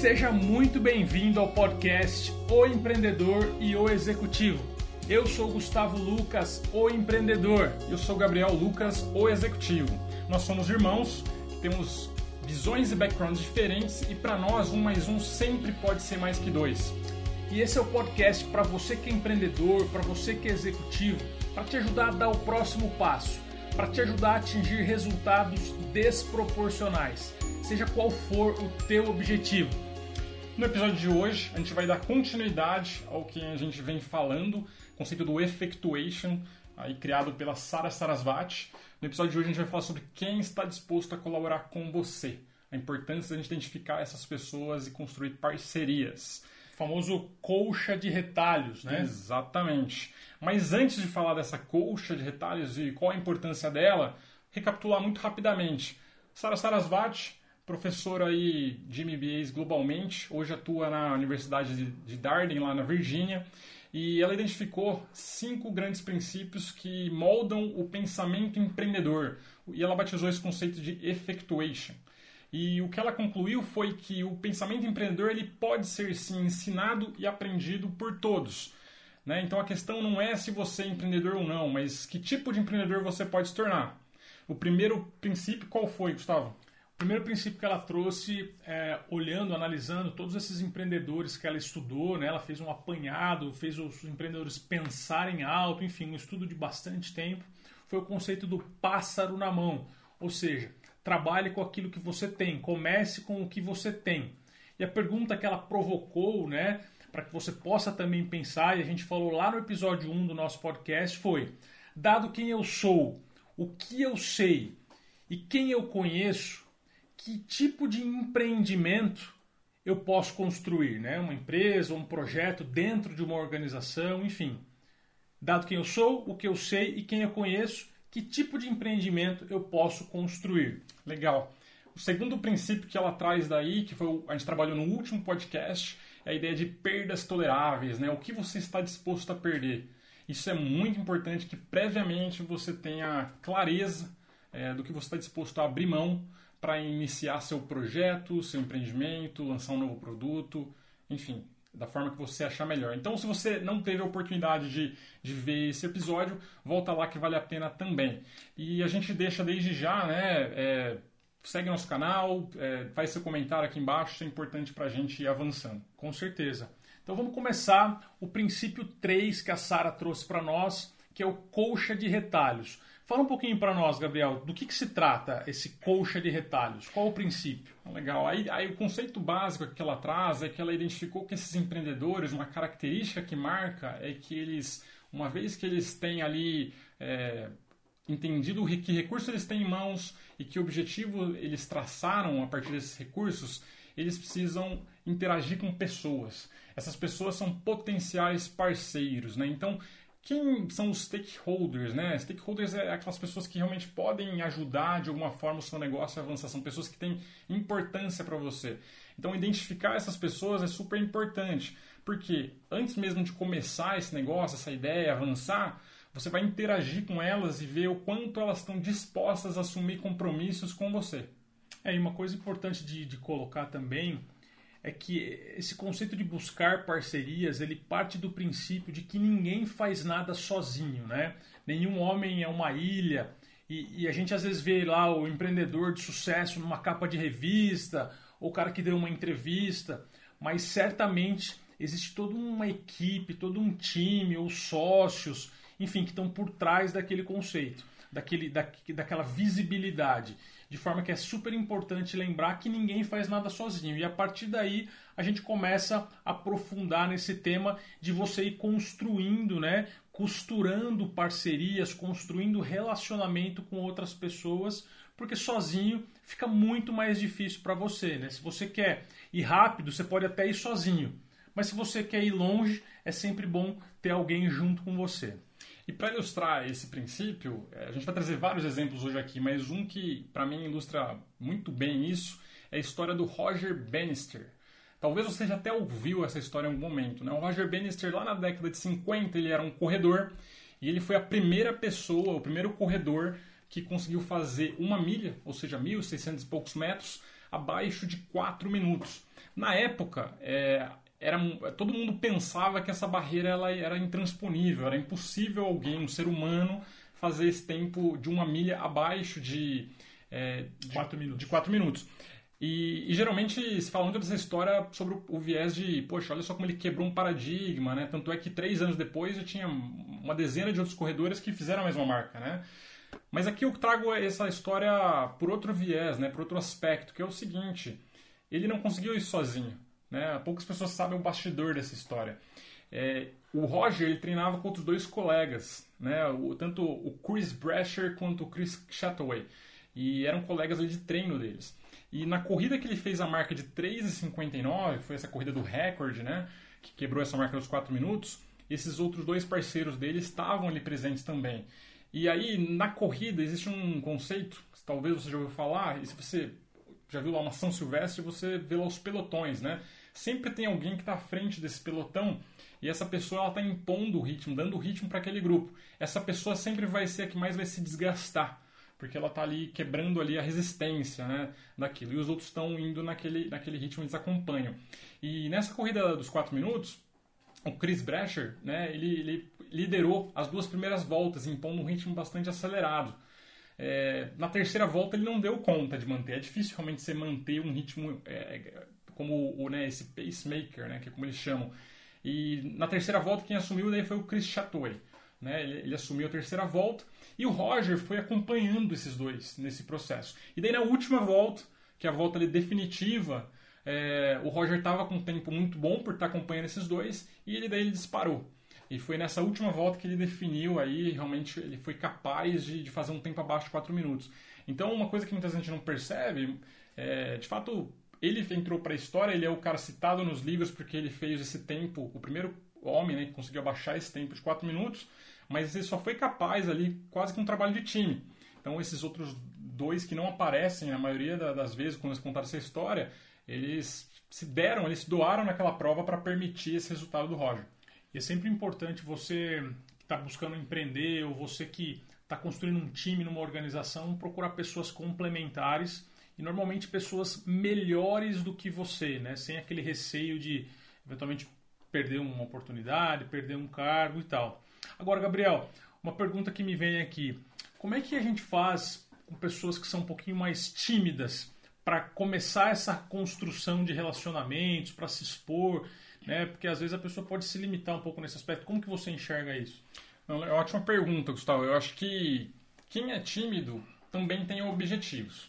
Seja muito bem-vindo ao podcast O Empreendedor e o Executivo. Eu sou Gustavo Lucas, o empreendedor. Eu sou Gabriel Lucas, o executivo. Nós somos irmãos, temos visões e backgrounds diferentes e para nós 1 mais 1 sempre pode ser mais que 2. E esse é o podcast para você que é empreendedor, para você que é executivo, para te ajudar a dar o próximo passo, para te ajudar a atingir resultados desproporcionais, seja qual for o teu objetivo. No episódio de hoje, a gente vai dar continuidade ao que a gente vem falando, o conceito do effectuation, aí criado pela Sara Sarasvati. No episódio de hoje, a gente vai falar sobre quem está disposto a colaborar com você, a importância de a gente identificar essas pessoas e construir parcerias. O famoso colcha de retalhos, né? Exatamente. Mas antes de falar dessa colcha de retalhos e qual a importância dela, recapitular muito rapidamente. Sara Sarasvati, professora aí de MBAs globalmente, hoje atua na Universidade de Darden, lá na Virgínia, e ela identificou 5 grandes princípios que moldam o pensamento empreendedor, e ela batizou esse conceito de effectuation. E o que ela concluiu foi que o pensamento empreendedor ele pode ser sim ensinado e aprendido por todos, né? Então a questão não é se você é empreendedor ou não, mas que tipo de empreendedor você pode se tornar. O primeiro princípio qual foi, Gustavo? O primeiro princípio que ela trouxe, olhando, analisando todos esses empreendedores que ela estudou, né? Ela fez um apanhado, fez os empreendedores pensarem alto, enfim, um estudo de bastante tempo, foi o conceito do pássaro na mão, ou seja, trabalhe com aquilo que você tem, comece com o que você tem. E a pergunta que ela provocou, né, para que você possa também pensar, e a gente falou lá no episódio 1 do nosso podcast, foi: dado quem eu sou, o que eu sei e quem eu conheço, que tipo de empreendimento eu posso construir, né? Uma empresa, um projeto dentro de uma organização, enfim. Dado quem eu sou, o que eu sei e quem eu conheço, que tipo de empreendimento eu posso construir. Legal. O segundo princípio que ela traz daí, que foi a gente trabalhou no último podcast, é a ideia de perdas toleráveis, né? O que você está disposto a perder. Isso é muito importante que previamente você tenha clareza do que você está disposto a abrir mão para iniciar seu projeto, seu empreendimento, lançar um novo produto, enfim, da forma que você achar melhor. Então, se você não teve a oportunidade de ver esse episódio, volta lá que vale a pena também. E a gente deixa desde já, né, segue nosso canal, faz seu comentário aqui embaixo, isso é importante para a gente ir avançando. Com certeza. Então vamos começar o princípio 3 que a Sara trouxe para nós, que é o colcha de retalhos. Fala um pouquinho para nós, Gabriel, do que se trata esse colcha de retalhos? Qual o princípio? Legal. Aí o conceito básico que ela traz é que ela identificou que esses empreendedores, uma característica que marca é que eles, uma vez que eles têm ali entendido que recursos eles têm em mãos e que objetivo eles traçaram a partir desses recursos, eles precisam interagir com pessoas. Essas pessoas são potenciais parceiros, né? Então, quem são os stakeholders, né? Stakeholders é aquelas pessoas que realmente podem ajudar de alguma forma o seu negócio a avançar. São pessoas que têm importância para você. Então, identificar essas pessoas é super importante. Porque antes mesmo de começar esse negócio, essa ideia, avançar, você vai interagir com elas e ver o quanto elas estão dispostas a assumir compromissos com você. E uma coisa importante de colocar também é que esse conceito de buscar parcerias, ele parte do princípio de que ninguém faz nada sozinho, né? Nenhum homem é uma ilha, e a gente às vezes vê lá o empreendedor de sucesso numa capa de revista, ou o cara que deu uma entrevista, mas certamente existe toda uma equipe, todo um time, ou sócios, enfim, que estão por trás daquele conceito, daquela visibilidade. De forma que é super importante lembrar que ninguém faz nada sozinho. E a partir daí a gente começa a aprofundar nesse tema de você ir construindo, né? Costurando parcerias, construindo relacionamento com outras pessoas, porque sozinho fica muito mais difícil para você, né? Se você quer ir rápido, você pode até ir sozinho. Mas se você quer ir longe, é sempre bom ter alguém junto com você. E para ilustrar esse princípio, a gente vai trazer vários exemplos hoje aqui, mas um que para mim ilustra muito bem isso é a história do Roger Bannister. Talvez você já até ouviu essa história em algum momento, né? O Roger Bannister, lá na década de 50, ele era um corredor e ele foi a primeira pessoa, o primeiro corredor que conseguiu fazer 1 milha, ou seja, 1.600 e poucos metros, abaixo de 4 minutos. Na época, todo mundo pensava que essa barreira ela era intransponível, era impossível alguém, um ser humano, fazer esse tempo de 1 milha abaixo de 4 minutos. De 4 minutos. E geralmente se fala muito dessa história sobre o viés de, poxa, olha só como ele quebrou um paradigma, né? Tanto é que 3 anos depois já tinha uma dezena de outros corredores que fizeram a mesma marca, né? Mas aqui eu trago essa história por outro viés, né? Por outro aspecto, que é o seguinte: ele não conseguiu isso sozinho, né? Poucas pessoas sabem o bastidor dessa história. O Roger ele treinava com outros 2 colegas, né? Tanto o Chris Brasher quanto o Chris Chataway, e eram colegas ali de treino deles. E na corrida que ele fez a marca de 3,59, foi essa corrida do recorde, né? Que quebrou essa marca dos 4 minutos, esses outros 2 parceiros dele estavam ali presentes também. E aí, na corrida, existe um conceito, que talvez você já ouviu falar, e se você já viu lá uma São Silvestre, você vê lá os pelotões, né? Sempre tem alguém que está à frente desse pelotão e essa pessoa está impondo o ritmo, dando o ritmo para aquele grupo. Essa pessoa sempre vai ser a que mais vai se desgastar, porque ela está ali quebrando ali a resistência, né, daquilo. E os outros estão indo naquele ritmo, eles acompanham. E nessa corrida dos 4 minutos, o Chris Brasher, né, ele liderou as 2 primeiras voltas, impondo um ritmo bastante acelerado. Na terceira volta ele não deu conta de manter. É difícil realmente você manter um ritmo como esse pacemaker, né, que é como eles chamam. E na terceira volta quem assumiu daí foi o Chris Chataway. Né, ele assumiu a terceira volta e o Roger foi acompanhando esses 2 nesse processo. E daí na última volta, que é a volta ali definitiva, o Roger estava com um tempo muito bom por estar acompanhando esses 2 e daí ele disparou. E foi nessa última volta que ele definiu aí, realmente ele foi capaz de fazer um tempo abaixo de 4 minutos. Então uma coisa que muita gente não percebe, de fato, ele entrou para a história, ele é o cara citado nos livros porque ele fez esse tempo, o primeiro homem, né, que conseguiu abaixar esse tempo de 4 minutos, mas ele só foi capaz ali quase que um trabalho de time. Então esses outros 2 que não aparecem na maioria das vezes quando eles contaram essa história, eles se doaram naquela prova para permitir esse resultado do Roger. E é sempre importante você que está buscando empreender ou você que está construindo um time numa organização procurar pessoas complementares e normalmente pessoas melhores do que você, né? Sem aquele receio de eventualmente perder uma oportunidade, perder um cargo e tal. Agora, Gabriel, uma pergunta que me vem aqui. Como é que a gente faz com pessoas que são um pouquinho mais tímidas para começar essa construção de relacionamentos, para se expor, né? Porque às vezes a pessoa pode se limitar um pouco nesse aspecto. Como que você enxerga isso? É uma ótima pergunta, Gustavo. Eu acho que quem é tímido também tem objetivos.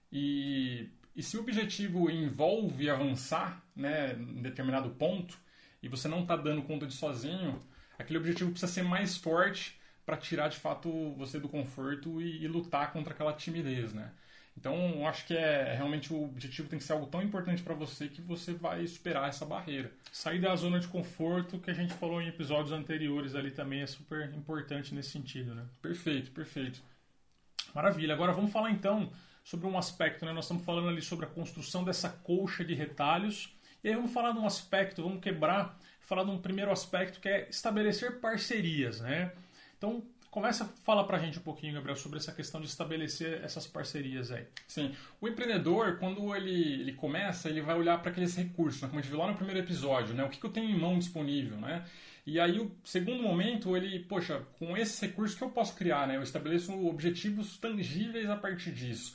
E se o objetivo envolve avançar, né, em determinado ponto, e você não está dando conta de sozinho, aquele objetivo precisa ser mais forte para tirar de fato você do conforto e lutar contra aquela timidez, né? Então, eu acho que realmente o objetivo tem que ser algo tão importante para você que você vai superar essa barreira. Sair da zona de conforto, que a gente falou em episódios anteriores ali também, é super importante nesse sentido, né? Perfeito, perfeito. Maravilha. Agora vamos falar então sobre um aspecto, né? Nós estamos falando ali sobre a construção dessa colcha de retalhos. E aí vamos falar de um aspecto, vamos falar de um primeiro aspecto que é estabelecer parcerias, né? Então, fala pra gente um pouquinho, Gabriel, sobre essa questão de estabelecer essas parcerias aí. Sim, o empreendedor, quando ele começa, ele vai olhar para aqueles recursos, né? Como a gente viu lá no primeiro episódio, né? O que eu tenho em mão disponível, né? E aí, o segundo momento, poxa, com esses recursos que eu posso criar, né? Eu estabeleço objetivos tangíveis a partir disso.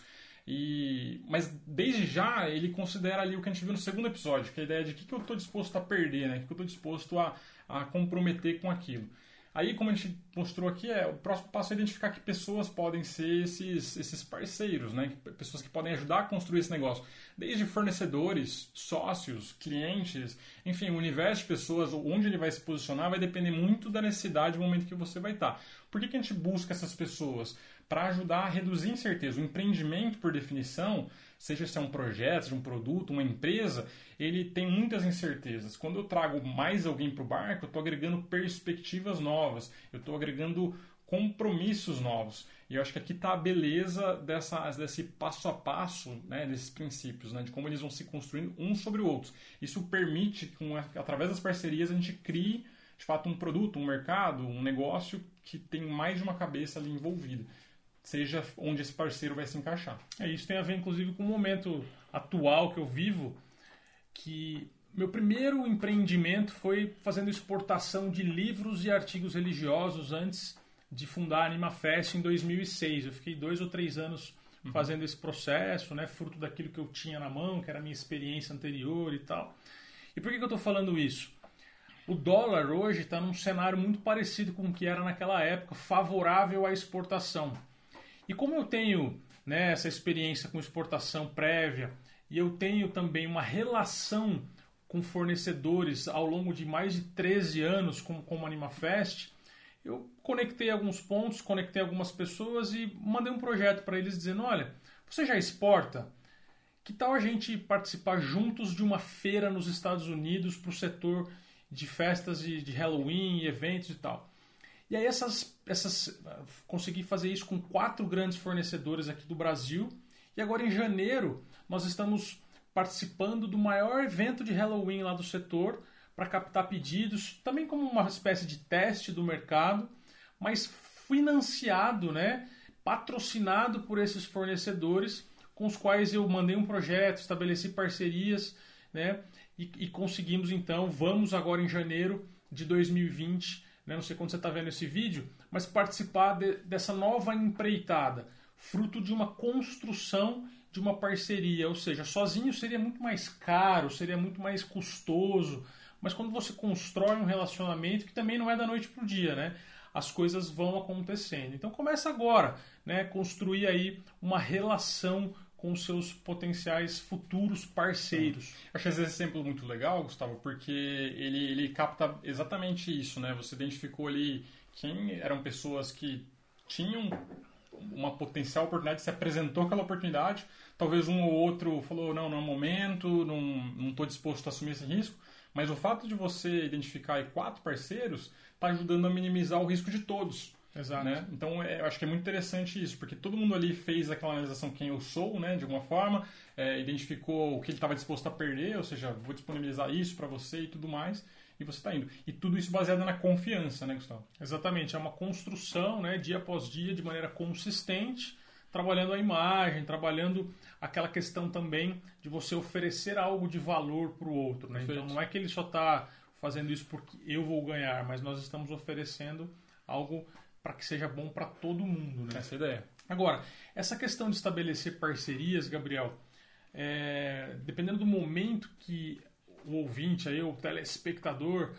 Mas desde já ele considera ali o que a gente viu no segundo episódio, que é a ideia de o que eu estou disposto a perder, né? O que eu estou disposto a comprometer com aquilo. Aí, como a gente mostrou aqui, o próximo passo é identificar que pessoas podem ser esses parceiros, né? Pessoas que podem ajudar a construir esse negócio. Desde fornecedores, sócios, clientes, enfim, o universo de pessoas, onde ele vai se posicionar, vai depender muito da necessidade do momento que você vai estar. Por que a gente busca essas pessoas? Para ajudar a reduzir incerteza. O empreendimento, por definição, seja se é um projeto, seja um produto, uma empresa, ele tem muitas incertezas. Quando eu trago mais alguém para o barco, eu estou agregando perspectivas novas, eu estou agregando compromissos novos. E eu acho que aqui está a beleza desse passo a passo, né, desses princípios, né, de como eles vão se construindo um sobre o outro. Isso permite que, através das parcerias, a gente crie, de fato, um produto, um mercado, um negócio que tem mais de uma cabeça ali envolvida, seja onde esse parceiro vai se encaixar. Isso tem a ver, inclusive, com o momento atual que eu vivo, que meu primeiro empreendimento foi fazendo exportação de livros e artigos religiosos antes de fundar a AnimaFest em 2006. Eu fiquei 2 ou 3 anos fazendo esse processo, né, fruto daquilo que eu tinha na mão, que era a minha experiência anterior e tal. E por que eu estou falando isso? O dólar hoje está num cenário muito parecido com o que era naquela época, favorável à exportação. E como eu tenho, né, essa experiência com exportação prévia e eu tenho também uma relação com fornecedores ao longo de mais de 13 anos como AnimaFest, eu conectei alguns pontos, conectei algumas pessoas e mandei um projeto para eles dizendo, olha, você já exporta? Que tal a gente participar juntos de uma feira nos Estados Unidos para o setor de festas de Halloween, eventos e tal? E aí consegui fazer isso com 4 grandes fornecedores aqui do Brasil. E agora em janeiro nós estamos participando do maior evento de Halloween lá do setor para captar pedidos, também como uma espécie de teste do mercado, mas financiado, né, patrocinado por esses fornecedores com os quais eu mandei um projeto, estabeleci parcerias, né, e conseguimos então, vamos agora em janeiro de 2020, né, não sei quando você está vendo esse vídeo, mas participar dessa nova empreitada, fruto de uma construção de uma parceria, ou seja, sozinho seria muito mais caro, seria muito mais custoso, mas quando você constrói um relacionamento, que também não é da noite para o dia, né? As coisas vão acontecendo. Então começa agora, né? Construir aí uma relação com os seus potenciais futuros parceiros. Achei esse exemplo muito legal, Gustavo, porque ele capta exatamente isso, né? Você identificou ali quem eram pessoas que tinham uma potencial oportunidade, se apresentou aquela oportunidade, talvez um ou outro falou, não é o momento, não estou disposto a assumir esse risco, mas o fato de você identificar aí 4 parceiros está ajudando a minimizar o risco de todos. Exato. Né? Então, eu acho que é muito interessante isso, porque todo mundo ali fez aquela analisação quem eu sou, né, de alguma forma, identificou o que ele estava disposto a perder, ou seja, vou disponibilizar isso para você e tudo mais, e você está indo. E tudo isso baseado na confiança, né, Gustavo? Exatamente, é uma construção, né, dia após dia, de maneira consistente, trabalhando a imagem, trabalhando aquela questão também de você oferecer algo de valor para o outro. Né? Então não é que ele só está fazendo isso porque eu vou ganhar, mas nós estamos oferecendo algo para que seja bom para todo mundo. Né? Essa é a ideia. Agora, essa questão de estabelecer parcerias, Gabriel, dependendo do momento que o ouvinte, aí, o telespectador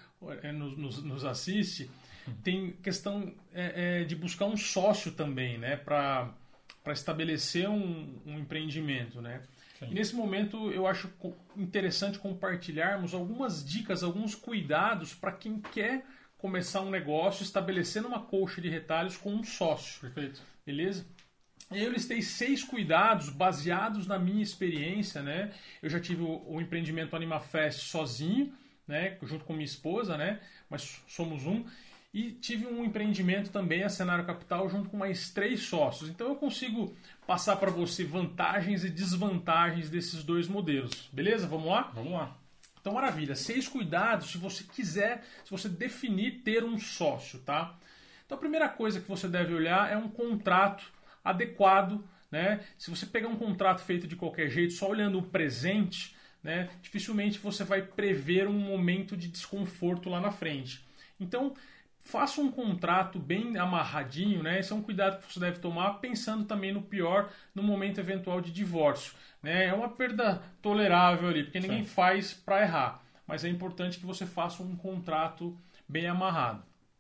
nos assiste, tem questão de buscar um sócio também, né, para estabelecer um empreendimento, né? Sim. E nesse momento eu acho interessante compartilharmos algumas dicas, alguns cuidados para quem quer começar um negócio estabelecendo uma colcha de retalhos com um sócio. Perfeito. Beleza? E aí eu listei 6 cuidados baseados na minha experiência, né? Eu já tive o empreendimento AnimaFest sozinho, né, junto com minha esposa, né, mas somos um. E tive um empreendimento também, a Cenário Capital, junto com mais 3 sócios. Então eu consigo passar para você vantagens e desvantagens desses 2 modelos. Beleza? Vamos lá? Vamos lá. Então, maravilha. 6 cuidados se você quiser, se você definir ter um sócio, tá? Então a primeira coisa que você deve olhar é um contrato adequado, né? Se você pegar um contrato feito de qualquer jeito, só olhando o presente, né, dificilmente você vai prever um momento de desconforto lá na frente. Então, faça um contrato bem amarradinho, né? Esse é um cuidado que você deve tomar, pensando também no pior, no momento eventual de divórcio, né? É uma perda tolerável ali, porque ninguém faz para errar, mas é importante que você faça um contrato bem amarrado.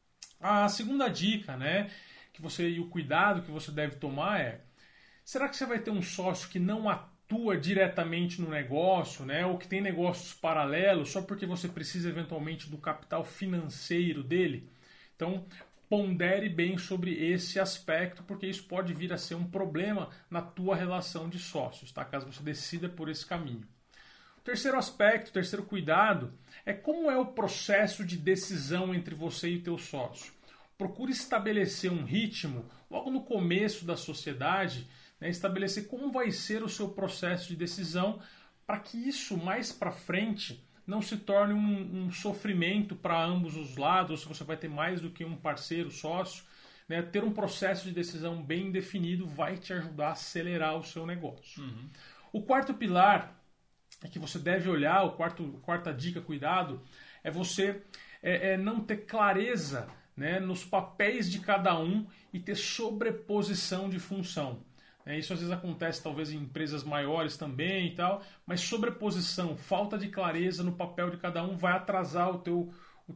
A segunda dica, né, e o cuidado que você deve tomar é: será que você vai ter um sócio que não atua diretamente no negócio, né, ou que tem negócios paralelos só porque você precisa eventualmente do capital financeiro dele? Então, pondere bem sobre esse aspecto, porque isso pode vir a ser um problema na tua relação de sócios, tá? Caso você decida por esse caminho. O terceiro aspecto, o terceiro cuidado, é como é o processo de decisão entre você e o teu sócio. Procure estabelecer um ritmo logo no começo da sociedade, né, estabelecer como vai ser o seu processo de decisão, para que isso mais para frente não se torne um sofrimento para ambos os lados, ou se você vai ter mais do que um parceiro, sócio, né? Ter um processo de decisão bem definido vai te ajudar a acelerar o seu negócio. Uhum. O quarto pilar que você deve olhar, quarta dica, cuidado, é você não ter clareza, né, nos papéis de cada um e ter sobreposição de função. Isso às vezes acontece talvez em empresas maiores também e tal, mas sobreposição, falta de clareza no papel de cada um vai atrasar o teu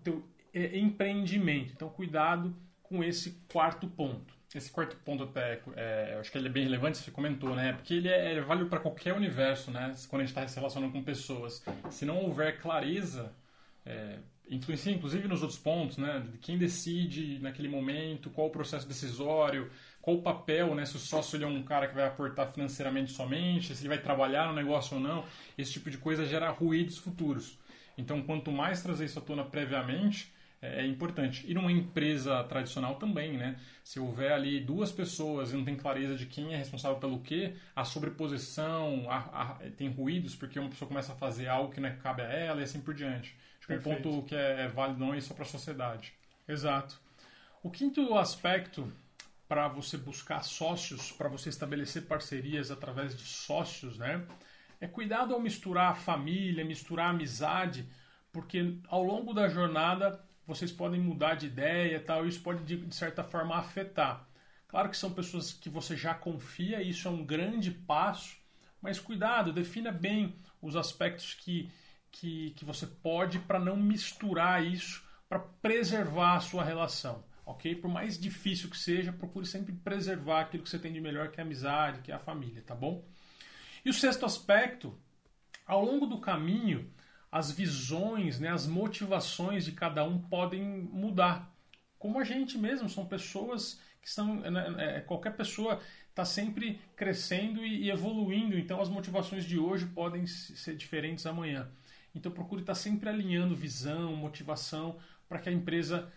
empreendimento. Então cuidado com esse quarto ponto. Esse quarto ponto até, eu acho que ele é bem relevante, você comentou, né? Porque ele é válido para qualquer universo, né? Quando a gente está se relacionando com pessoas. Se não houver clareza, influencia inclusive nos outros pontos, né? Quem decide naquele momento, qual o processo decisório, qual o papel, né? Se o sócio ele é um cara que vai aportar financeiramente somente, se ele vai trabalhar no negócio ou não. Esse tipo de coisa gera ruídos futuros. Então, quanto mais trazer isso à tona previamente, é importante. E numa empresa tradicional também, né? Se houver ali duas pessoas e não tem clareza de quem é responsável pelo quê, a sobreposição, tem ruídos porque uma pessoa começa a fazer algo que não cabe a ela e assim por diante. Acho que um ponto que é válido não é só para a sociedade. Exato. O quinto aspecto para você buscar sócios, para você estabelecer parcerias através de sócios, né? É cuidado ao misturar a família, misturar a amizade, porque ao longo da jornada vocês podem mudar de ideia e tal, isso pode, de certa forma, afetar. Claro que são pessoas que você já confia, isso é um grande passo, mas cuidado, defina bem os aspectos que você pode para não misturar isso, para preservar a sua relação, ok? Por mais difícil que seja, procure sempre preservar aquilo que você tem de melhor, que é a amizade, que é a família, tá bom? E o sexto aspecto, ao longo do caminho, as visões, né, as motivações de cada um podem mudar. Como a gente mesmo, são pessoas que são... qualquer pessoa está sempre crescendo e evoluindo, então as motivações de hoje podem ser diferentes amanhã. Então procure estar sempre alinhando visão, motivação, para que a empresa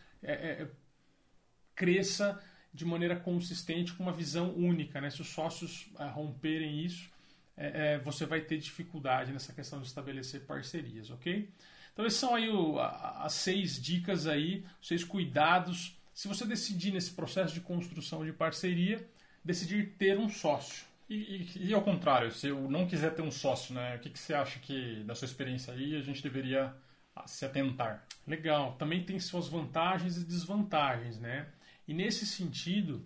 cresça de maneira consistente, com uma visão única, né? Se os sócios romperem isso, você vai ter dificuldade nessa questão de estabelecer parcerias, ok? Então esses são aí as 6 dicas aí, 6 cuidados. Se você decidir nesse processo de construção de parceria, decidir ter um sócio. E ao contrário, se eu não quiser ter um sócio, né? O que você acha que, da sua experiência aí, a gente deveria se atentar? Legal, também tem suas vantagens e desvantagens, né? E nesse sentido,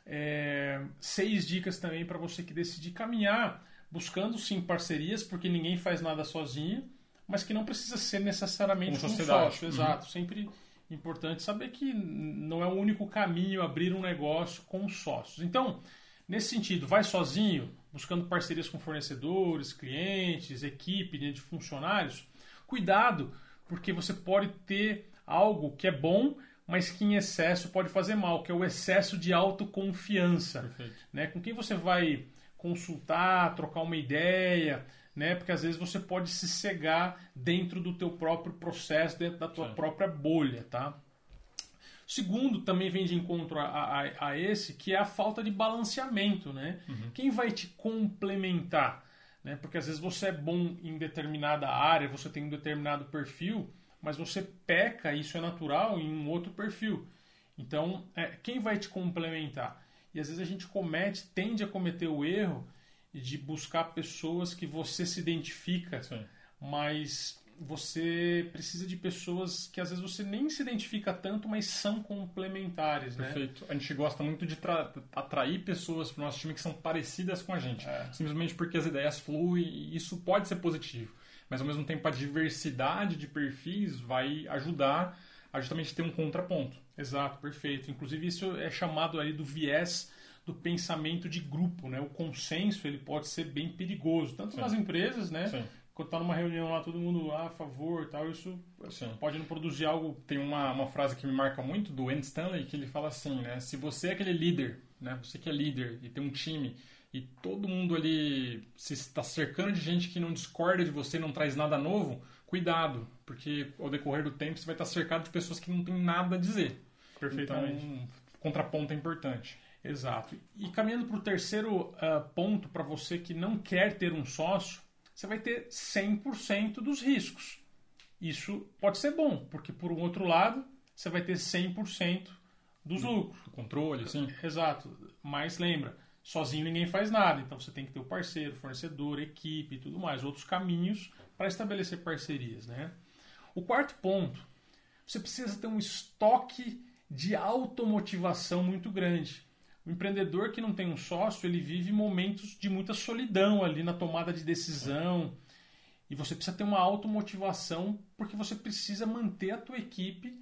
6 dicas também para você que decidir caminhar, buscando sim parcerias, porque ninguém faz nada sozinho, mas que não precisa ser necessariamente com um sócio. Exato, sempre importante saber que não é o único caminho abrir um negócio com sócios. Então, nesse sentido, vai sozinho, buscando parcerias com fornecedores, clientes, equipe de funcionários, cuidado, porque você pode ter algo que é bom, mas que em excesso pode fazer mal, que é o excesso de autoconfiança. Perfeito. Né? Com quem você vai consultar, trocar uma ideia, né? Porque às vezes você pode se cegar dentro do teu próprio processo, dentro da tua própria bolha, tá? Segundo, também vem de encontro a esse, que é a falta de balanceamento, né? Quem vai te complementar? Né? Porque às vezes você é bom em determinada área, você tem um determinado perfil, mas você peca, isso é natural, em um outro perfil. Então, quem vai te complementar? E às vezes a gente tende a cometer o erro de buscar pessoas que você se identifica, mas você precisa de pessoas que às vezes você nem se identifica tanto, mas são complementares. Perfeito. Né? A gente gosta muito de atrair pessoas para o nosso time que são parecidas com a gente. Simplesmente porque as ideias fluem e isso pode ser positivo. Mas ao mesmo tempo a diversidade de perfis vai ajudar a justamente ter um contraponto. Exato, perfeito. Inclusive isso é chamado aí do viés do pensamento de grupo, né? O consenso ele pode ser bem perigoso, tanto nas empresas, né? Sim. Quando está numa reunião lá, todo mundo a favor e tal, isso pode não produzir algo. Tem uma frase que me marca muito do Andy Stanley, que ele fala assim, né? Se você é aquele líder, né? Você que é líder e tem um time e todo mundo ali se está cercando de gente que não discorda de você, não traz nada novo, cuidado, porque ao decorrer do tempo você vai estar cercado de pessoas que não têm nada a dizer. Perfeitamente. Então, contraponto é importante. Exato. E caminhando para o terceiro ponto, para você que não quer ter um sócio, você vai ter 100% dos riscos. Isso pode ser bom, porque por um outro lado, você vai ter 100% dos lucros. Do controle, sim. Exato. Mas lembra, sozinho ninguém faz nada, então você tem que ter o parceiro, fornecedor, equipe e tudo mais, outros caminhos para estabelecer parcerias, né? O quarto ponto, você precisa ter um estoque de automotivação muito grande. O empreendedor que não tem um sócio, ele vive momentos de muita solidão ali na tomada de decisão, e você precisa ter uma automotivação porque você precisa manter a tua equipe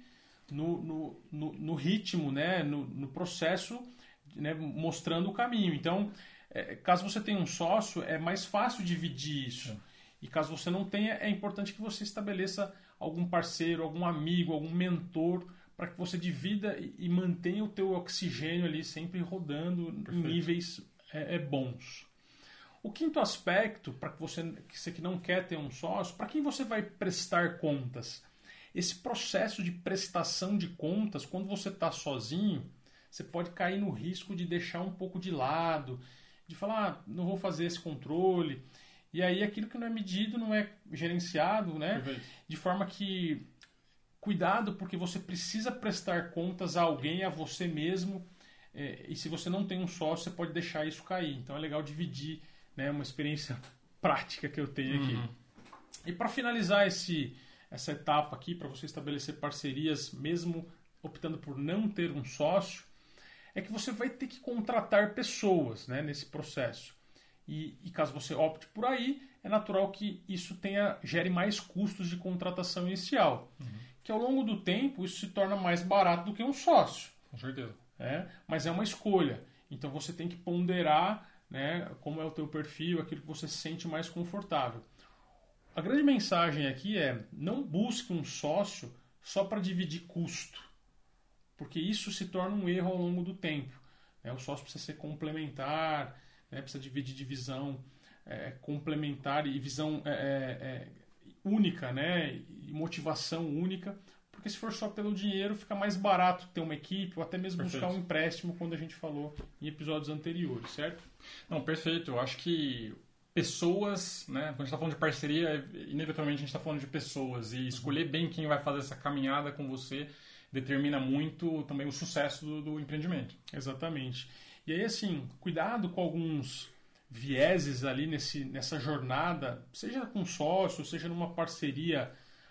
no ritmo, né? no processo, né? Mostrando o caminho. Então, caso você tenha um sócio, é mais fácil dividir isso. E caso você não tenha, é importante que você estabeleça algum parceiro, algum amigo, algum mentor, para que você divida e mantenha o teu oxigênio ali sempre rodando. Perfeito. Em níveis bons. O quinto aspecto, para você que não quer ter um sócio, para quem você vai prestar contas? Esse processo de prestação de contas, quando você está sozinho, você pode cair no risco de deixar um pouco de lado, de falar, não vou fazer esse controle. E aí aquilo que não é medido não é gerenciado, né? Perfeito. De forma que, cuidado, porque você precisa prestar contas a alguém, a você mesmo, e se você não tem um sócio, você pode deixar isso cair. Então é legal dividir, né, uma experiência prática que eu tenho aqui. E para finalizar essa etapa aqui, para você estabelecer parcerias, mesmo optando por não ter um sócio, é que você vai ter que contratar pessoas, né, nesse processo. E caso você opte por aí, é natural que isso gere mais custos de contratação inicial. Que ao longo do tempo isso se torna mais barato do que um sócio. Com certeza. Mas é uma escolha. Então você tem que ponderar, né, como é o teu perfil, aquilo que você se sente mais confortável. A grande mensagem aqui é: não busque um sócio só para dividir custo, porque isso se torna um erro ao longo do tempo. O sócio precisa ser complementar, né, precisa dividir visão complementar e visão única, né, e motivação única, porque se for só pelo dinheiro fica mais barato ter uma equipe ou até mesmo buscar um empréstimo, quando a gente falou em episódios anteriores, certo? Não, perfeito. Eu acho que pessoas, né, quando a gente está falando de parceria, inevitavelmente a gente está falando de pessoas, e escolher bem quem vai fazer essa caminhada com você determina muito também o sucesso do empreendimento. Exatamente. E aí, assim, cuidado com alguns vieses ali nessa jornada, seja com sócio, seja numa parceria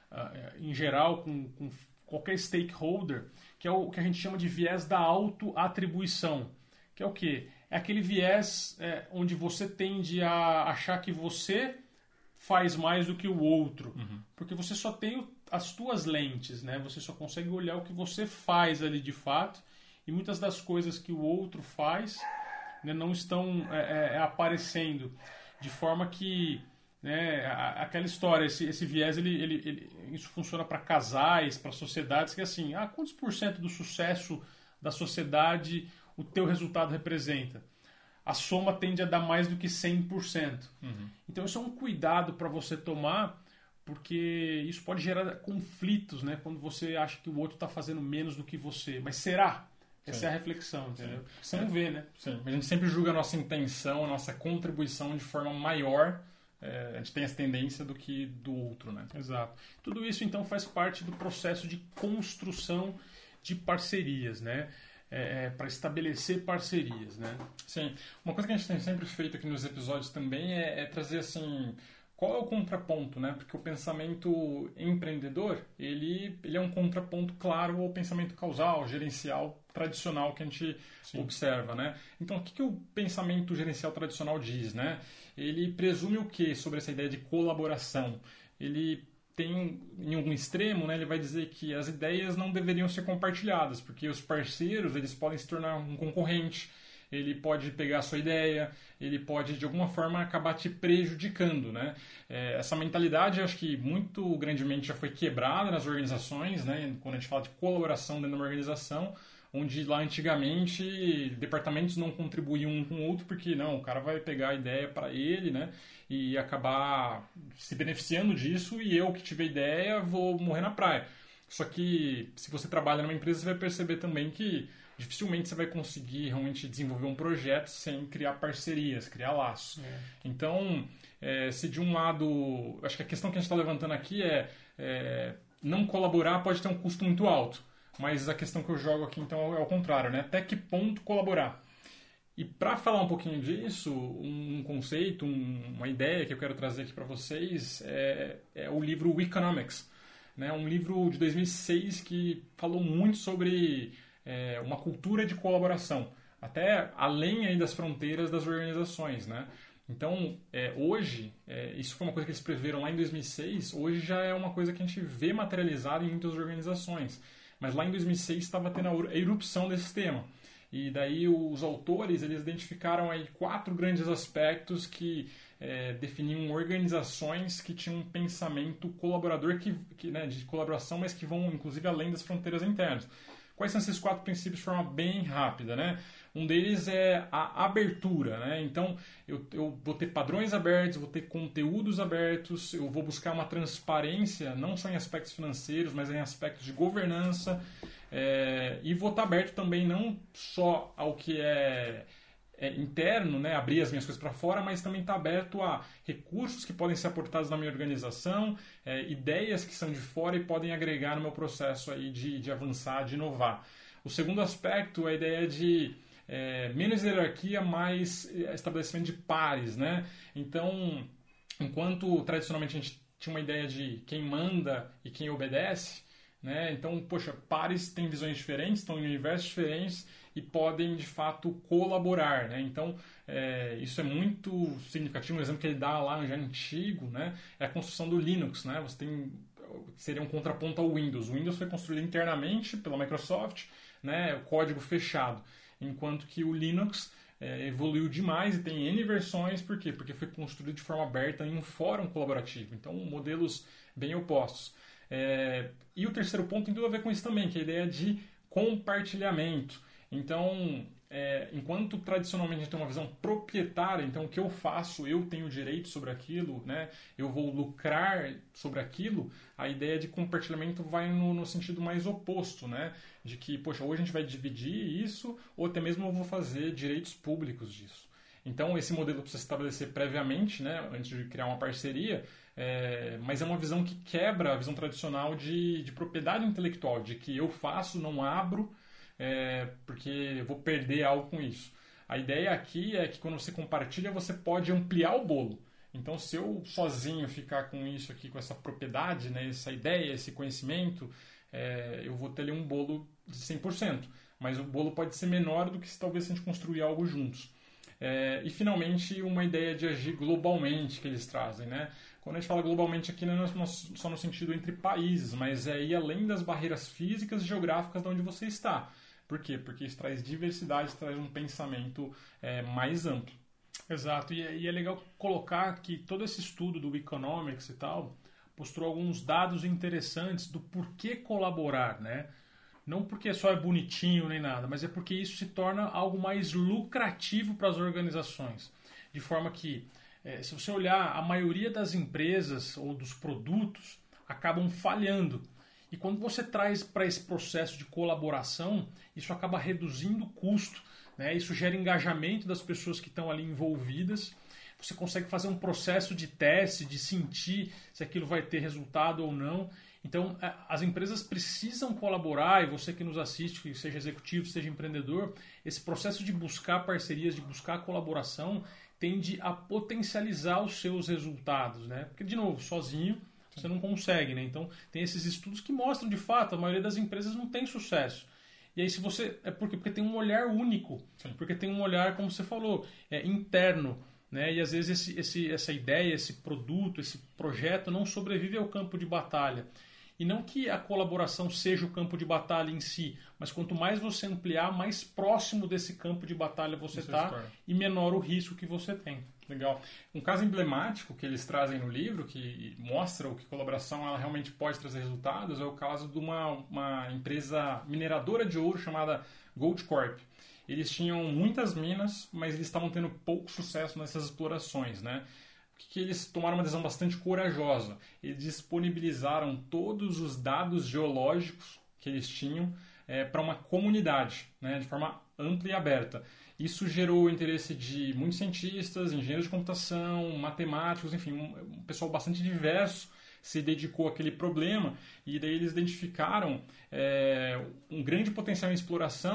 em geral com qualquer stakeholder, que é o que a gente chama de viés da autoatribuição. Que é o quê? É aquele viés onde você tende a achar que você faz mais do que o outro. Porque você só tem as tuas lentes, né? Você só consegue olhar o que você faz ali de fato, e muitas das coisas que o outro faz, né, não estão aparecendo, de forma que, né, aquela história, esse viés, isso funciona para casais, para sociedades, que é assim, quantos % do sucesso da sociedade o teu resultado representa? A soma tende a dar mais do que 100%. Então isso é um cuidado para você tomar, porque isso pode gerar conflitos, né, quando você acha que o outro está fazendo menos do que você. Mas será? Essa é a reflexão, entendeu? Você não vê, né? Sim, a gente sempre julga a nossa intenção, a nossa contribuição de forma maior, a gente tem essa tendência do que do outro, né? Exato. Tudo isso, então, faz parte do processo de construção de parcerias, né? Para estabelecer parcerias, né? Sim. Uma coisa que a gente tem sempre feito aqui nos episódios também é trazer, assim, qual é o contraponto, né? Porque o pensamento empreendedor, ele é um contraponto claro ao pensamento causal, gerencial, tradicional que a gente observa, né? Então, o que o pensamento gerencial tradicional diz, né? Ele presume o quê sobre essa ideia de colaboração? Ele tem, em algum extremo, né, ele vai dizer que as ideias não deveriam ser compartilhadas, porque os parceiros, eles podem se tornar um concorrente, ele pode pegar a sua ideia, ele pode, de alguma forma, acabar te prejudicando, né? Essa mentalidade, acho que muito grandemente já foi quebrada nas organizações, né? Quando a gente fala de colaboração dentro de uma organização, onde lá antigamente departamentos não contribuíam um com o outro, porque não, o cara vai pegar a ideia para ele, né? E acabar se beneficiando disso, e eu que tive a ideia vou morrer na praia. Só que se você trabalha numa empresa, você vai perceber também que dificilmente você vai conseguir realmente desenvolver um projeto sem criar parcerias, criar laços. Então, se de um lado, acho que a questão que a gente está levantando aqui não colaborar pode ter um custo muito alto, mas a questão que eu jogo aqui então é o contrário, né? Até que ponto colaborar? E para falar um pouquinho disso, um conceito, uma ideia que eu quero trazer aqui para vocês é o livro O Economics, né? Um livro de 2006 que falou muito sobre uma cultura de colaboração, até além aí das fronteiras das organizações, né? Então, hoje, isso foi uma coisa que eles preveram lá em 2006, hoje já é uma coisa que a gente vê materializada em muitas organizações. Mas lá em 2006 estava tendo a erupção desse tema. E daí os autores eles identificaram aí 4 grandes aspectos que definiam organizações que tinham um pensamento colaborador, né, de colaboração, mas que vão inclusive além das fronteiras internas. Quais são esses 4 princípios de forma bem rápida, né? Um deles é a abertura, né? Então, eu vou ter padrões abertos, vou ter conteúdos abertos, eu vou buscar uma transparência, não só em aspectos financeiros, mas em aspectos de governança, e vou estar aberto também não só ao que é interno, né, abrir as minhas coisas para fora, mas também está aberto a recursos que podem ser aportados na minha organização, ideias que são de fora e podem agregar no meu processo aí de avançar, de inovar. O segundo aspecto é a ideia de menos hierarquia, mais estabelecimento de pares, né? Então, enquanto tradicionalmente a gente tinha uma ideia de quem manda e quem obedece, né? Então, poxa, pares têm visões diferentes, estão em universos diferentes e podem, de fato, colaborar, né? Então, isso é muito significativo. Um exemplo que ele dá lá, já antigo, né? É a construção do Linux, né? Seria um contraponto ao Windows. O Windows foi construído internamente pela Microsoft, né? O código fechado. Enquanto que o Linux evoluiu demais e tem N versões. Por quê? Porque foi construído de forma aberta em um fórum colaborativo. Então, modelos bem opostos. E o terceiro ponto tem tudo a ver com isso também, que é a ideia de compartilhamento. Então, enquanto tradicionalmente a gente tem uma visão proprietária, então o que eu faço, eu tenho direito sobre aquilo, né? Eu vou lucrar sobre aquilo, a ideia de compartilhamento vai no sentido mais oposto, né? De que, poxa, hoje a gente vai dividir isso, ou até mesmo eu vou fazer direitos públicos disso. Então, esse modelo precisa se estabelecer previamente, né? Antes de criar uma parceria, mas é uma visão que quebra a visão tradicional de propriedade intelectual, de que eu faço, não abro, porque eu vou perder algo com isso. A ideia aqui é que quando você compartilha, você pode ampliar o bolo. Então, se eu sozinho ficar com isso aqui, com essa propriedade, né, essa ideia, esse conhecimento, eu vou ter ali um bolo de 100%. Mas o bolo pode ser menor do que se talvez a gente construir algo juntos. E, finalmente, uma ideia de agir globalmente que eles trazem, né? Quando a gente fala globalmente aqui, não é só no sentido entre países, mas é ir além das barreiras físicas e geográficas de onde você está. Por quê? Porque isso traz diversidade, traz um pensamento mais amplo. Exato, e é legal colocar que todo esse estudo do Economics e tal mostrou alguns dados interessantes do porquê colaborar, né? Não porque só é bonitinho nem nada, mas é porque isso se torna algo mais lucrativo para as organizações. De forma que, se você olhar, a maioria das empresas ou dos produtos acabam falhando. E quando você traz para esse processo de colaboração, isso acaba reduzindo o custo, né? Isso gera engajamento das pessoas que estão ali envolvidas. Você consegue fazer um processo de teste, de sentir se aquilo vai ter resultado ou não. Então, as empresas precisam colaborar, e você que nos assiste, seja executivo, seja empreendedor, esse processo de buscar parcerias, de buscar colaboração, tende a potencializar os seus resultados, né? Porque, de novo, sozinho você não consegue, né? Então, tem esses estudos que mostram, de fato, a maioria das empresas não tem sucesso. E aí, se você... porque tem um olhar único, porque tem um olhar, como você falou, interno, né? E às vezes essa ideia, esse produto, esse projeto não sobrevive ao campo de batalha. E não que a colaboração seja o campo de batalha em si, mas quanto mais você ampliar, mais próximo desse campo de batalha você está e menor o risco que você tem. Legal. Um caso emblemático que eles trazem no livro, que mostra o que colaboração ela realmente pode trazer resultados, é o caso de uma empresa mineradora de ouro chamada Goldcorp. Eles tinham muitas minas, mas eles estavam tendo pouco sucesso nessas explorações, né? Que eles tomaram uma decisão bastante corajosa. Eles disponibilizaram todos os dados geológicos que eles tinham para uma comunidade, né, de forma ampla e aberta. Isso gerou o interesse de muitos cientistas, engenheiros de computação, matemáticos, enfim, um pessoal bastante diverso se dedicou àquele problema, e daí eles identificaram um grande potencial em exploração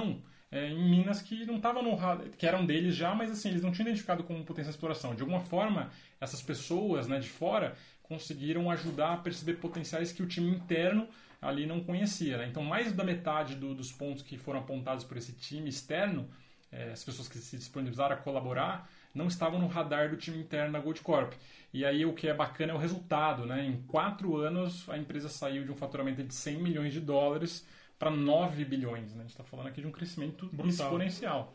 em minas que não estavam no radar, que eram deles já, mas assim, eles não tinham identificado como potencial de exploração. De alguma forma, essas pessoas, né, de fora conseguiram ajudar a perceber potenciais que o time interno ali não conhecia. Né? Então, mais da metade dos pontos que foram apontados por esse time externo, as pessoas que se disponibilizaram a colaborar, não estavam no radar do time interno da Goldcorp. E aí o que é bacana é o resultado. Né? Em 4 anos, a empresa saiu de um faturamento de 100 milhões de dólares para 9 bilhões. Né? A gente está falando aqui de um crescimento brutal, exponencial.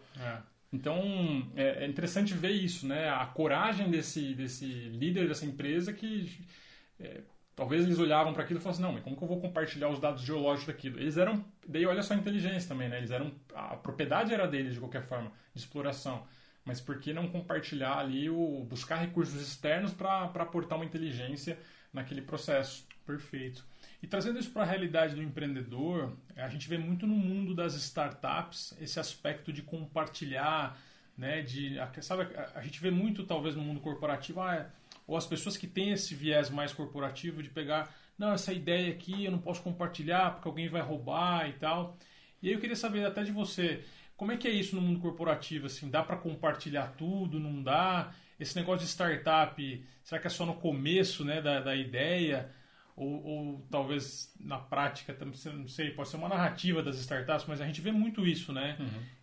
Então, é interessante ver isso, né? A coragem desse líder dessa empresa que... talvez eles olhavam para aquilo e falavam assim, não, mas como que eu vou compartilhar os dados geológicos daquilo? Eles eram... Daí olha só a inteligência também, né? A propriedade era deles, de qualquer forma, de exploração. Mas por que não compartilhar ali, buscar recursos externos para aportar uma inteligência naquele processo? Perfeito. E trazendo isso para a realidade do empreendedor, a gente vê muito no mundo das startups esse aspecto de compartilhar, né? Sabe, a gente vê muito, talvez, no mundo corporativo, ou as pessoas que têm esse viés mais corporativo de pegar, não, essa ideia aqui eu não posso compartilhar porque alguém vai roubar e tal. E aí eu queria saber até de você, como é que é isso no mundo corporativo? Assim, dá para compartilhar tudo, não dá? Esse negócio de startup, será que é só no começo, né, da ideia? Ou talvez na prática, não sei, pode ser uma narrativa das startups, mas a gente vê muito isso, né?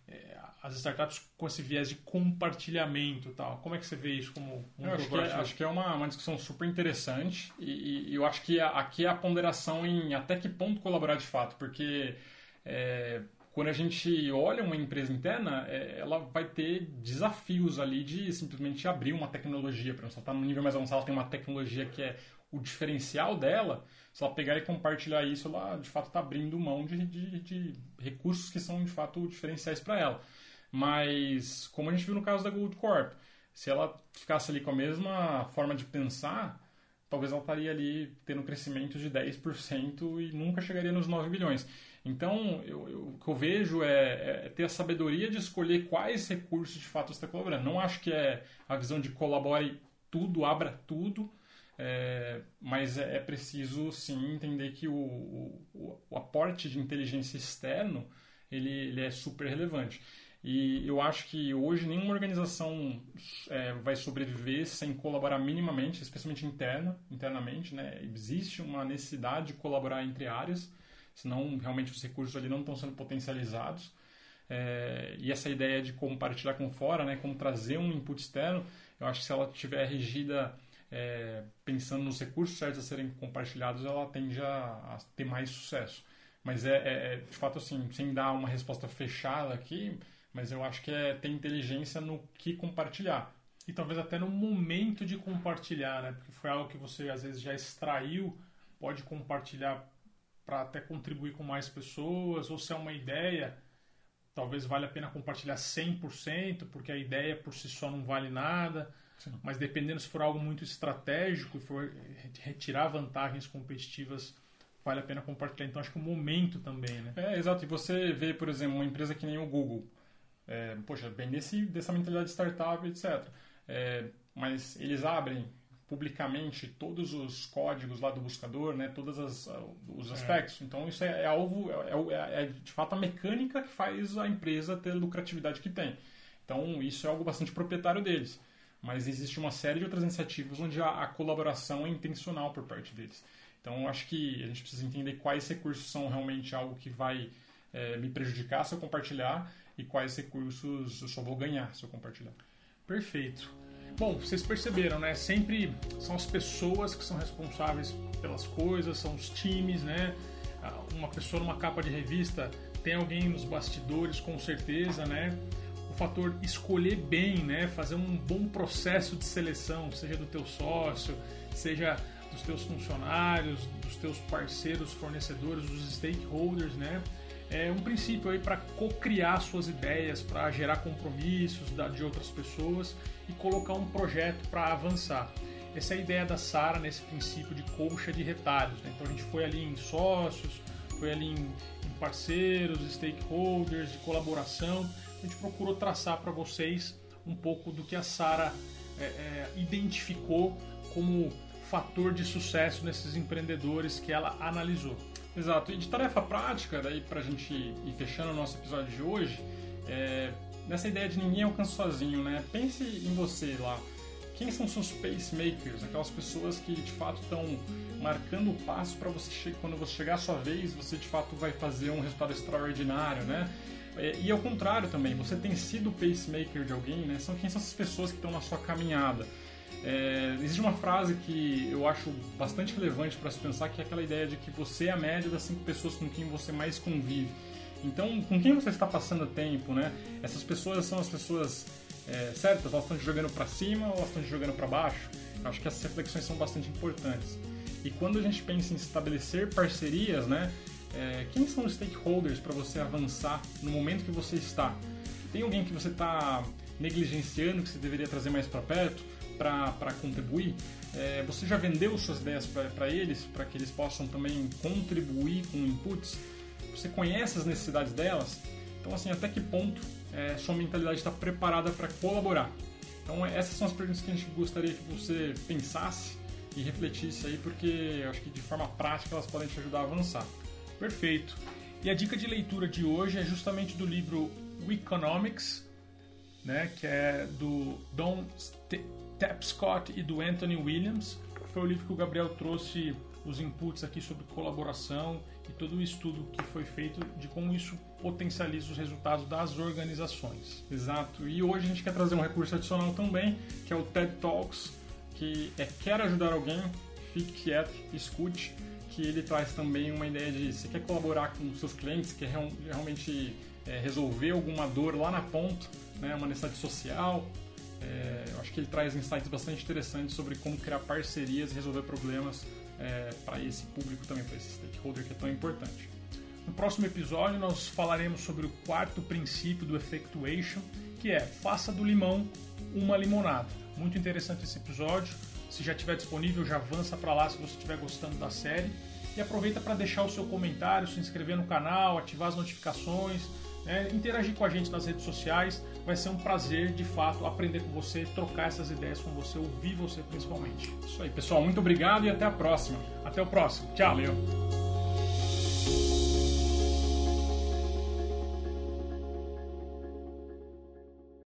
As startups com esse viés de compartilhamento e tal. Como é que você vê isso como acho que é uma discussão super interessante e eu acho que aqui é a ponderação em até que ponto colaborar de fato, porque quando a gente olha uma empresa interna, ela vai ter desafios ali de simplesmente abrir uma tecnologia. Por exemplo, se ela está no nível mais avançado, ela tem uma tecnologia que é o diferencial dela, se ela pegar e compartilhar isso, ela de fato está abrindo mão de recursos que são de fato diferenciais para ela. Mas, como a gente viu no caso da Goldcorp, se ela ficasse ali com a mesma forma de pensar, talvez ela estaria ali tendo um crescimento de 10% e nunca chegaria nos 9 bilhões. Então, o que eu vejo é ter a sabedoria de escolher quais recursos de fato você está colaborando. Não acho que é a visão de colabore tudo, abra tudo, mas é preciso sim entender que o aporte de inteligência externo ele é super relevante. E eu acho que hoje nenhuma organização vai sobreviver sem colaborar minimamente, especialmente internamente. Né? Existe uma necessidade de colaborar entre áreas, senão realmente os recursos ali não estão sendo potencializados. E essa ideia de compartilhar com fora, né? Como trazer um input externo, eu acho que se ela estiver regida pensando nos recursos certos a serem compartilhados, ela tende a ter mais sucesso. Mas de fato assim, sem dar uma resposta fechada aqui, mas eu acho que ter inteligência no que compartilhar. E talvez até no momento de compartilhar, né? Porque foi algo que você às vezes já extraiu, pode compartilhar para até contribuir com mais pessoas, ou se é uma ideia, talvez valha a pena compartilhar 100%, porque a ideia por si só não vale nada. Sim. Mas dependendo se for algo muito estratégico e for retirar vantagens competitivas, vale a pena compartilhar. Então acho que o momento também, né? Exato. E você vê, por exemplo, uma empresa que nem o Google, bem dessa mentalidade de startup, etc. Mas eles abrem publicamente todos os códigos lá do buscador, né, todos os aspectos. Então isso é de fato a mecânica que faz a empresa ter a lucratividade que tem. Então isso é algo bastante proprietário deles. Mas existe uma série de outras iniciativas onde a colaboração é intencional por parte deles. Então eu acho que a gente precisa entender quais recursos são realmente algo que vai me prejudicar se eu compartilhar e quais recursos eu só vou ganhar se eu compartilhar. Perfeito. Bom, vocês perceberam, né? Sempre são as pessoas que são responsáveis pelas coisas, são os times, né? Uma pessoa numa capa de revista, tem alguém nos bastidores, com certeza, né? O fator escolher bem, né? Fazer um bom processo de seleção, seja do teu sócio, seja dos teus funcionários, dos teus parceiros, fornecedores, dos stakeholders, né? É um princípio aí para co-criar suas ideias, para gerar compromissos de outras pessoas e colocar um projeto para avançar. Essa é a ideia da Sara nesse princípio de colcha de retalhos, né? Então a gente foi ali em sócios, foi ali em parceiros, stakeholders, de colaboração. A gente procurou traçar para vocês um pouco do que a Sara identificou como fator de sucesso nesses empreendedores que ela analisou. Exato. E de tarefa prática, daí para a gente ir fechando o nosso episódio de hoje, nessa ideia de ninguém alcança sozinho, né? Pense em você lá. Quem são seus pacemakers? Aquelas pessoas que de fato estão marcando o passo para você, quando você chegar a sua vez, você de fato vai fazer um resultado extraordinário, né? E ao contrário também, você tem sido o pacemaker de alguém, né? Quem são essas pessoas que estão na sua caminhada? Existe uma frase que eu acho bastante relevante para se pensar, que é aquela ideia de que você é a média das 5 pessoas com quem você mais convive. Então, com quem você está passando tempo, né? Essas pessoas são as pessoas certas? Elas estão te jogando para cima ou elas estão te jogando para baixo? Eu acho que essas reflexões são bastante importantes. E quando a gente pensa em estabelecer parcerias, né? Quem são os stakeholders para você avançar no momento que você está? Tem alguém que você está negligenciando, que você deveria trazer mais para perto para contribuir? Você já vendeu suas ideias para eles, para que eles possam também contribuir com inputs? Você conhece as necessidades delas? Então, assim, até que ponto sua mentalidade está preparada para colaborar? Então, essas são as perguntas que a gente gostaria que você pensasse e refletisse aí, porque eu acho que de forma prática elas podem te ajudar a avançar. Perfeito. E a dica de leitura de hoje é justamente do livro Weeconomics, né, que é do Don Tapscott e do Anthony Williams. Foi o livro que o Gabriel trouxe os inputs aqui sobre colaboração e todo o estudo que foi feito de como isso potencializa os resultados das organizações. Exato. E hoje a gente quer trazer um recurso adicional também, que é o TED Talks, que quer ajudar alguém, fique quieto, escute, que ele traz também uma ideia de se quer colaborar com seus clientes, quer realmente resolver alguma dor lá na ponta, né, uma necessidade social. Eu acho que ele traz insights bastante interessantes sobre como criar parcerias e resolver problemas para esse público também, para esse stakeholder que é tão importante. No próximo episódio nós falaremos sobre o 4º princípio do Effectuation, que é faça do limão uma limonada. Muito interessante esse episódio. Se já estiver disponível, já avança para lá se você estiver gostando da série. E aproveita para deixar o seu comentário, se inscrever no canal, ativar as notificações, interagir com a gente nas redes sociais. Vai ser um prazer, de fato, aprender com você, trocar essas ideias com você, ouvir você principalmente. Isso aí, pessoal. Muito obrigado e até a próxima. Até o próximo. Tchau. Valeu.